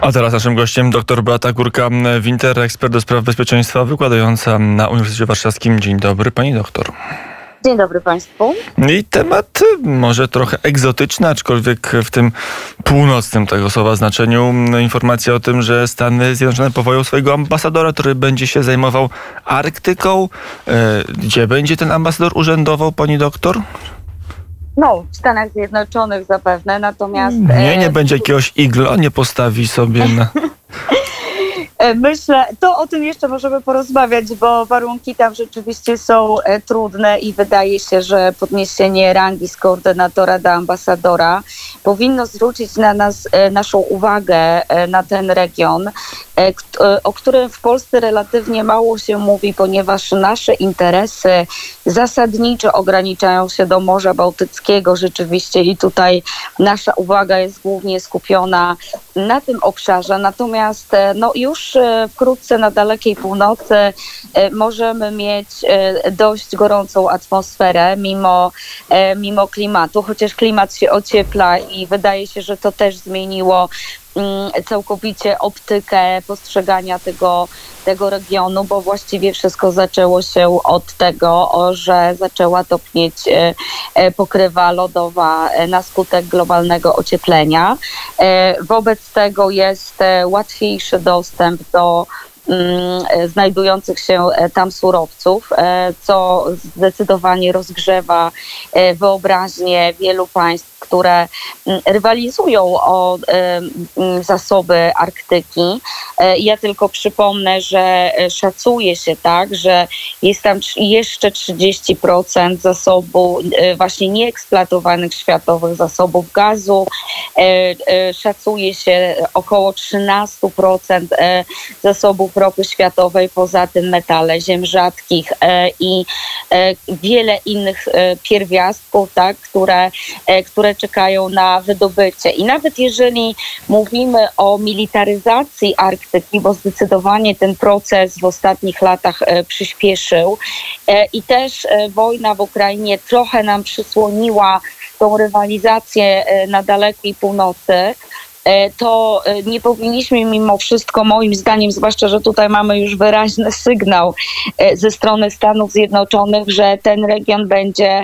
A teraz naszym gościem dr Beata Górka-Winter, ekspert do spraw bezpieczeństwa, wykładająca na Uniwersytecie Warszawskim. Dzień dobry, pani doktor. Dzień dobry Państwu. I temat może trochę egzotyczny, aczkolwiek w tym północnym tego słowa znaczeniu. Informacja o tym, że Stany Zjednoczone powołają swojego ambasadora, który będzie się zajmował Arktyką. Gdzie będzie ten ambasador urzędował, pani doktor? No, w Stanach Zjednoczonych zapewne, natomiast... Nie będzie jakiegoś iglo, nie postawi sobie na... Myślę, to o tym jeszcze możemy porozmawiać, bo warunki tam rzeczywiście są trudne i wydaje się, że podniesienie rangi z koordynatora do ambasadora powinno zwrócić naszą uwagę na ten region, o którym w Polsce relatywnie mało się mówi, ponieważ nasze interesy zasadniczo ograniczają się do Morza Bałtyckiego rzeczywiście i tutaj nasza uwaga jest głównie skupiona na tym obszarze. Natomiast już wkrótce na dalekiej północy możemy mieć dość gorącą atmosferę mimo klimatu, chociaż klimat się ociepla i wydaje się, że to też zmieniło całkowicie optykę postrzegania tego regionu, bo właściwie wszystko zaczęło się od tego, że zaczęła topnieć pokrywa lodowa na skutek globalnego ocieplenia. Wobec tego jest łatwiejszy dostęp do znajdujących się tam surowców, co zdecydowanie rozgrzewa wyobraźnię wielu państw, które rywalizują o zasoby Arktyki. Ja tylko przypomnę, że szacuje się tak, że jest tam jeszcze 30% zasobu właśnie nieeksploatowanych światowych zasobów gazu. Szacuje się około 13% zasobów ropy światowej, poza tym metale ziem rzadkich i wiele innych pierwiastków, tak, które czekają na wydobycie. I nawet jeżeli mówimy o militaryzacji Arktyki, bo zdecydowanie ten proces w ostatnich latach przyspieszył i też wojna w Ukrainie trochę nam przysłoniła tą rywalizację na dalekiej północy, to nie powinniśmy mimo wszystko, moim zdaniem, zwłaszcza, że tutaj mamy już wyraźny sygnał ze strony Stanów Zjednoczonych, że ten region będzie,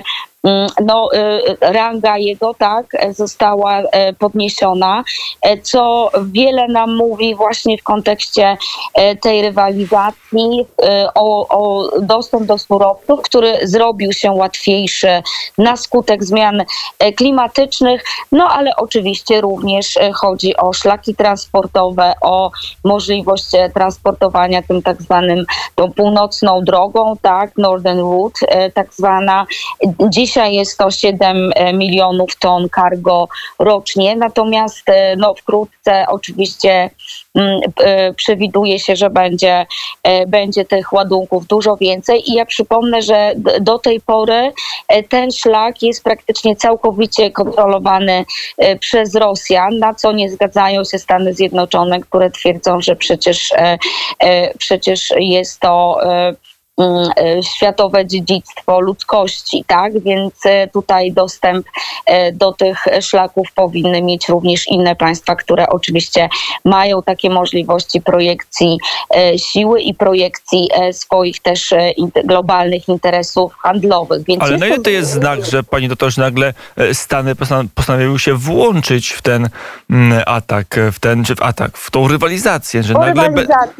ranga jego została podniesiona, co wiele nam mówi właśnie w kontekście tej rywalizacji o dostęp do surowców, który zrobił się łatwiejszy na skutek zmian klimatycznych, ale oczywiście również chodzi o szlaki transportowe, o możliwość transportowania tym tak zwanym tą północną drogą, Northern Route tak zwana. Dzisiaj jest to 7 milionów ton cargo rocznie, natomiast wkrótce oczywiście przewiduje się, że będzie tych ładunków dużo więcej i ja przypomnę, że do tej pory ten szlak jest praktycznie całkowicie kontrolowany przez Rosjan, na co nie zgadzają się Stany Zjednoczone, które twierdzą, że przecież jest to światowe dziedzictwo ludzkości, więc tutaj dostęp do tych szlaków powinny mieć również inne państwa, które oczywiście mają takie możliwości projekcji siły i projekcji swoich też globalnych interesów handlowych. Więc ale na ile to jest znak, że pani doktor, że nagle Stany postanowiły się włączyć w ten atak, w tą rywalizację, że nagle...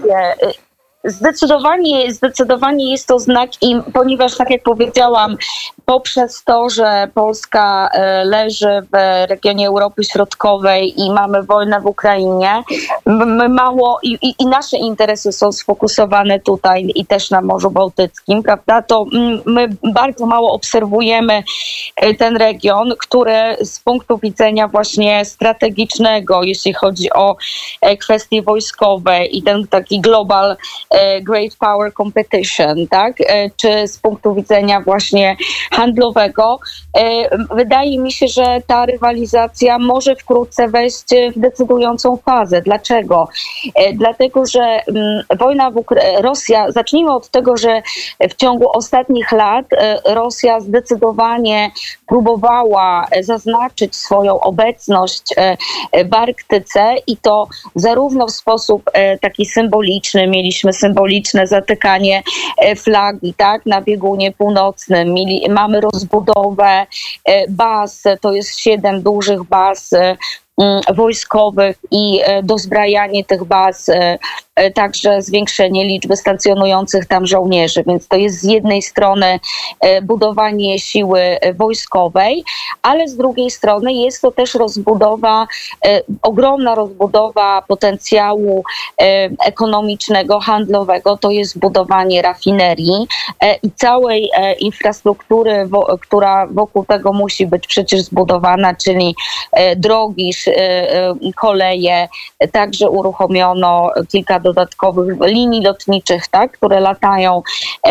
Zdecydowanie jest to znak i ponieważ, tak jak powiedziałam, poprzez to, że Polska leży w regionie Europy Środkowej i mamy wojnę w Ukrainie, my mało i nasze interesy są sfokusowane tutaj i też na Morzu Bałtyckim, prawda? To my bardzo mało obserwujemy ten region, który z punktu widzenia właśnie strategicznego, jeśli chodzi o kwestie wojskowe i ten taki global Great Power Competition, czy z punktu widzenia właśnie handlowego. Wydaje mi się, że ta rywalizacja może wkrótce wejść w decydującą fazę. Dlaczego? Dlatego, że wojna Rosja, zacznijmy od tego, że w ciągu ostatnich lat Rosja zdecydowanie próbowała zaznaczyć swoją obecność w Arktyce i to zarówno w sposób taki symboliczny, mieliśmy symboliczne zatykanie flagi, tak, na biegunie północnym, mamy rozbudowę baz, to jest 7 dużych baz wojskowych i dozbrajanie tych baz, także zwiększenie liczby stacjonujących tam żołnierzy. Więc to jest z jednej strony budowanie siły wojskowej, ale z drugiej strony jest to też rozbudowa, ogromna rozbudowa potencjału ekonomicznego, handlowego. To jest budowanie rafinerii i całej infrastruktury, która wokół tego musi być przecież zbudowana, czyli drogi, koleje. Także uruchomiono kilka dodatkowych linii lotniczych, tak, które latają.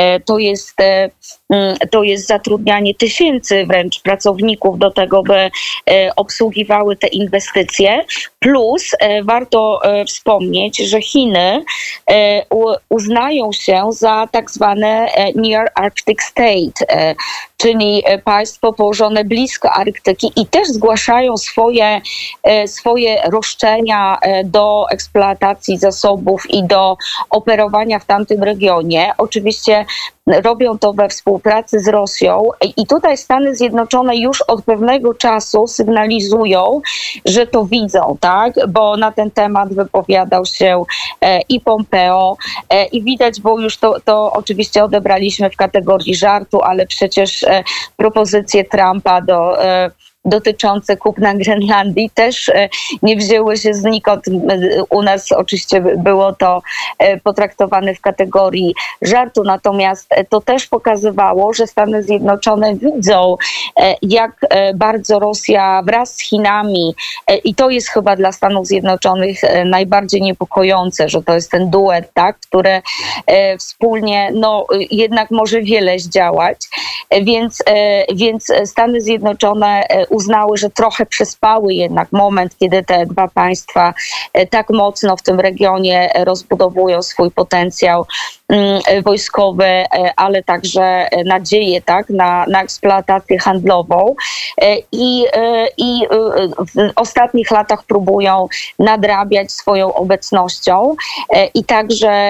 To jest zatrudnianie tysięcy wręcz pracowników do tego, by obsługiwały te inwestycje. Plus warto wspomnieć, że Chiny uznają się za tak zwane Near Arctic State, czyli państwo położone blisko Arktyki i też zgłaszają swoje roszczenia do eksploatacji zasobów i do operowania w tamtym regionie. Oczywiście robią to we współpracy z Rosją i tutaj Stany Zjednoczone już od pewnego czasu sygnalizują, że to widzą, tak? Bo na ten temat wypowiadał się i Pompeo i widać, bo już to oczywiście odebraliśmy w kategorii żartu, ale przecież propozycje Trumpa dotyczące kupna Grenlandii też nie wzięły się znikąd. U nas oczywiście było to potraktowane w kategorii żartu, natomiast to też pokazywało, że Stany Zjednoczone widzą, jak bardzo Rosja wraz z Chinami, i to jest chyba dla Stanów Zjednoczonych najbardziej niepokojące, że to jest ten duet, tak, który wspólnie jednak może wiele zdziałać, więc Stany Zjednoczone uznały, że trochę przespały jednak moment, kiedy te dwa państwa tak mocno w tym regionie rozbudowują swój potencjał wojskowy, ale także nadzieję, tak, na eksploatację handlową i w ostatnich latach próbują nadrabiać swoją obecnością i także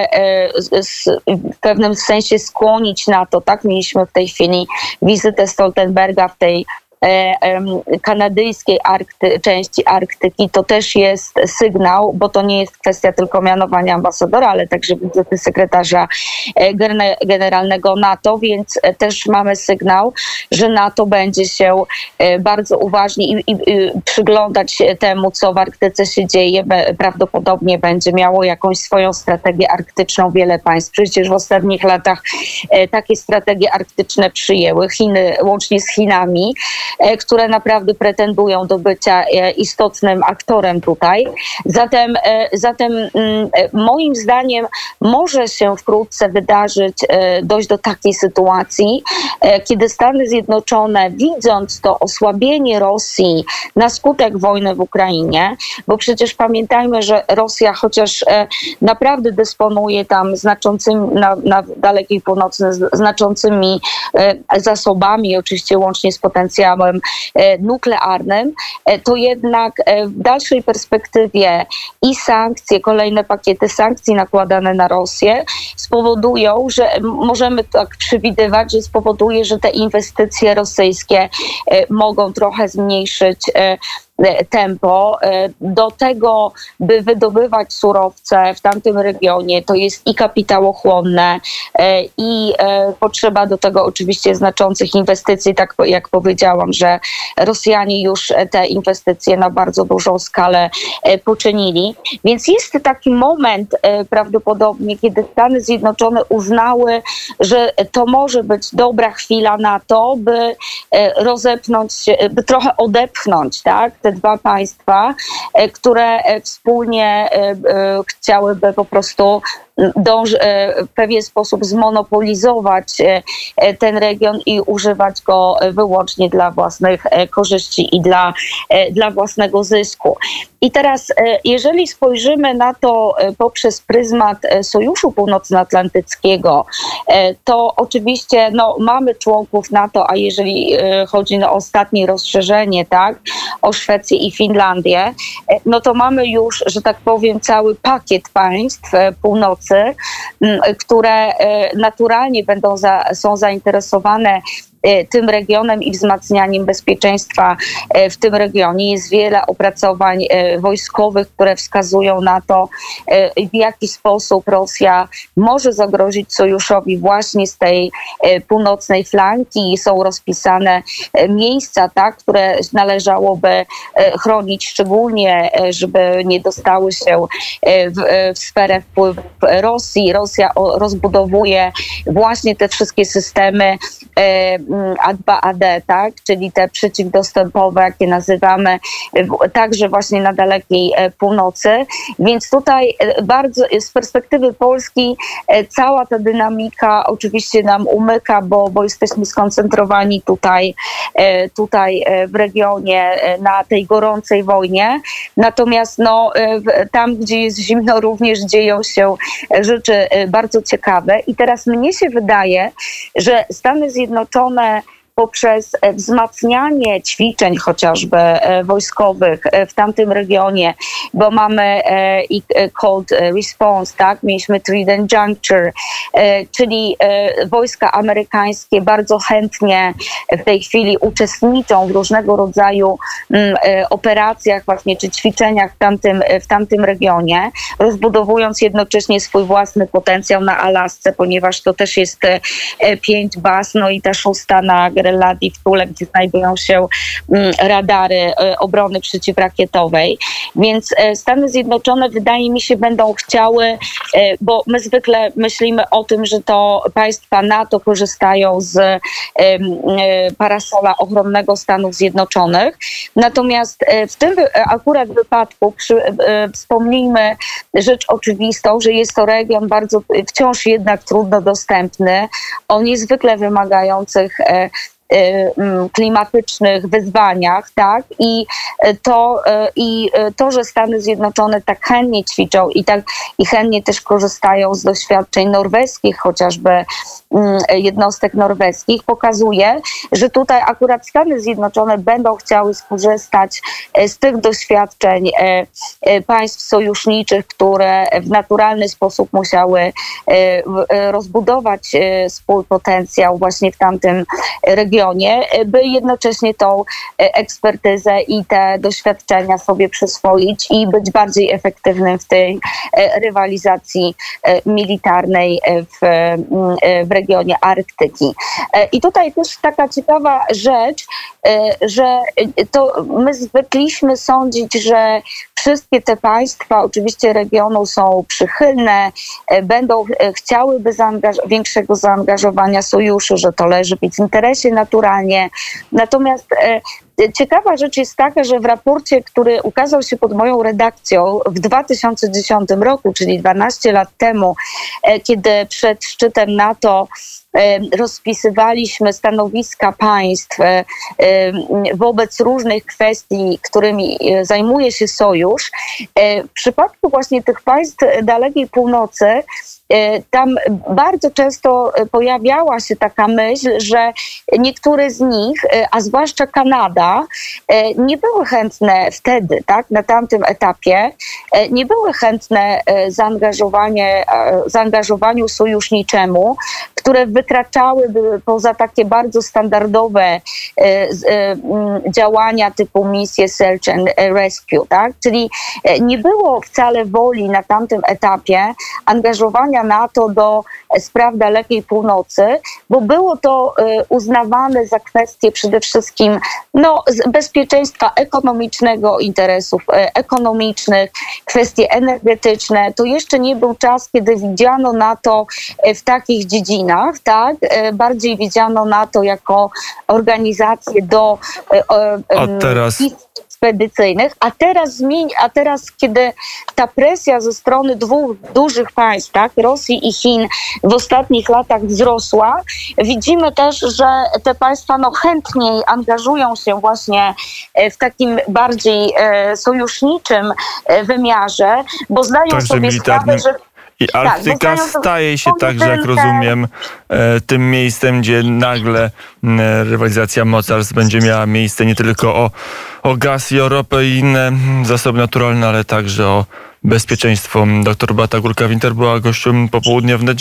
w pewnym sensie skłonić na to, tak, mieliśmy w tej chwili wizytę Stoltenberga w tej kanadyjskiej części Arktyki. To też jest sygnał, bo to nie jest kwestia tylko mianowania ambasadora, ale także wizyty sekretarza generalnego NATO, więc też mamy sygnał, że NATO będzie się bardzo uważnie i przyglądać się temu, co w Arktyce się dzieje. Prawdopodobnie będzie miało jakąś swoją strategię arktyczną. Wiele państw przecież w ostatnich latach takie strategie arktyczne przyjęły. Chiny, łącznie z Chinami, które naprawdę pretendują do bycia istotnym aktorem tutaj. Zatem moim zdaniem może się wkrótce wydarzyć, dojść do takiej sytuacji, kiedy Stany Zjednoczone, widząc to osłabienie Rosji na skutek wojny w Ukrainie, bo przecież pamiętajmy, że Rosja chociaż naprawdę dysponuje tam znaczącymi, na Dalekiej Północy, znaczącymi zasobami, oczywiście łącznie z potencjałem nuklearnym, to jednak w dalszej perspektywie i sankcje, kolejne pakiety sankcji nakładane na Rosję spowodują, że możemy tak przewidywać, że spowoduje, że te inwestycje rosyjskie mogą trochę zmniejszyć tempo. Do tego, by wydobywać surowce w tamtym regionie, to jest i kapitałochłonne, i potrzeba do tego oczywiście znaczących inwestycji, tak jak powiedziałam, że Rosjanie już te inwestycje na bardzo dużą skalę poczynili. Więc jest taki moment prawdopodobnie, kiedy Stany Zjednoczone uznały, że to może być dobra chwila na to, by rozepchnąć się, by trochę odepchnąć, tak, te dwa państwa, które wspólnie chciałyby po prostu dąży w pewien sposób zmonopolizować ten region i używać go wyłącznie dla własnych korzyści i dla własnego zysku. I teraz, jeżeli spojrzymy na to poprzez pryzmat Sojuszu Północnoatlantyckiego, to oczywiście mamy członków NATO, a jeżeli chodzi o ostatnie rozszerzenie, tak, o Szwecję i Finlandię, no to mamy już, że tak powiem, cały pakiet państw północy, które naturalnie są zainteresowane tym regionem i wzmacnianiem bezpieczeństwa w tym regionie. Jest wiele opracowań wojskowych, które wskazują na to, w jaki sposób Rosja może zagrozić sojuszowi właśnie z tej północnej flanki. Są rozpisane miejsca, tak, które należałoby chronić szczególnie, żeby nie dostały się w sferę wpływów Rosji. Rosja rozbudowuje właśnie te wszystkie systemy A2AD, tak, czyli te przeciwdostępowe, jakie nazywamy, także właśnie na dalekiej północy. Więc tutaj bardzo z perspektywy Polski cała ta dynamika oczywiście nam umyka, bo jesteśmy skoncentrowani tutaj w regionie na tej gorącej wojnie. Natomiast tam, gdzie jest zimno, również dzieją się rzeczy bardzo ciekawe. I teraz mnie się wydaje, że Stany Zjednoczone poprzez wzmacnianie ćwiczeń chociażby wojskowych w tamtym regionie, bo mamy i Cold Response, tak? Mieliśmy Trident Juncture, czyli wojska amerykańskie bardzo chętnie w tej chwili uczestniczą w różnego rodzaju operacjach właśnie, czy ćwiczeniach w tamtym regionie, rozbudowując jednocześnie swój własny potencjał na Alasce, ponieważ to też jest 5 baz, i ta 6 na Grenlandii w Tule, gdzie znajdują się radary obrony przeciwrakietowej. Więc Stany Zjednoczone, wydaje mi się, będą chciały, bo my zwykle myślimy o tym, że to państwa NATO korzystają z parasola ochronnego Stanów Zjednoczonych. Natomiast w tym akurat wypadku wspomnijmy rzecz oczywistą, że jest to region bardzo wciąż jednak trudno dostępny, o niezwykle wymagających klimatycznych wyzwaniach, tak? I to, że Stany Zjednoczone tak chętnie ćwiczą i chętnie też korzystają z doświadczeń norweskich, chociażby jednostek norweskich, pokazuje, że tutaj akurat Stany Zjednoczone będą chciały skorzystać z tych doświadczeń państw sojuszniczych, które w naturalny sposób musiały rozbudować swój potencjał właśnie w tamtym regionie, by jednocześnie tą ekspertyzę i te doświadczenia sobie przyswoić i być bardziej efektywnym w tej rywalizacji militarnej w regionie Arktyki. I tutaj też taka ciekawa rzecz, że to my zwykliśmy sądzić, że wszystkie te państwa oczywiście regionu są przychylne, będą chciałyby większego zaangażowania sojuszu, że to leży w interesie naturalnie. Natomiast ciekawa rzecz jest taka, że w raporcie, który ukazał się pod moją redakcją w 2010 roku, czyli 12 lat temu, kiedy przed szczytem NATO rozpisywaliśmy stanowiska państw wobec różnych kwestii, którymi zajmuje się Sojusz. W przypadku właśnie tych państw dalekiej północy tam bardzo często pojawiała się taka myśl, że niektóre z nich, a zwłaszcza Kanada, nie były chętne wtedy, tak, na tamtym etapie, nie były chętne zaangażowaniu sojuszniczemu, które wykraczałyby poza takie bardzo standardowe działania typu misje Search and Rescue, tak? Czyli nie było wcale woli na tamtym etapie angażowania NATO do spraw dalekiej północy, bo było to uznawane za kwestię przede wszystkim bezpieczeństwa ekonomicznego, interesów ekonomicznych, kwestie energetyczne. To jeszcze nie był czas, kiedy widziano NATO w takich dziedzinach, tak? Bardziej widziano NATO jako organizację do ekspedycyjnych, a teraz, kiedy ta presja ze strony dwóch dużych państw, tak, Rosji i Chin, w ostatnich latach wzrosła, widzimy też, że te państwa chętniej angażują się właśnie w takim bardziej sojuszniczym wymiarze, bo zdają Także sobie militarnym. sprawę, że I Arktyka staje się, tak, że jak rozumiem, tym miejscem, gdzie nagle rywalizacja mocarstw będzie miała miejsce nie tylko o gaz i o ropę i inne zasoby naturalne, ale także o bezpieczeństwo. Dr Beata Górka-Winter była gościem Popołudnia Wnet.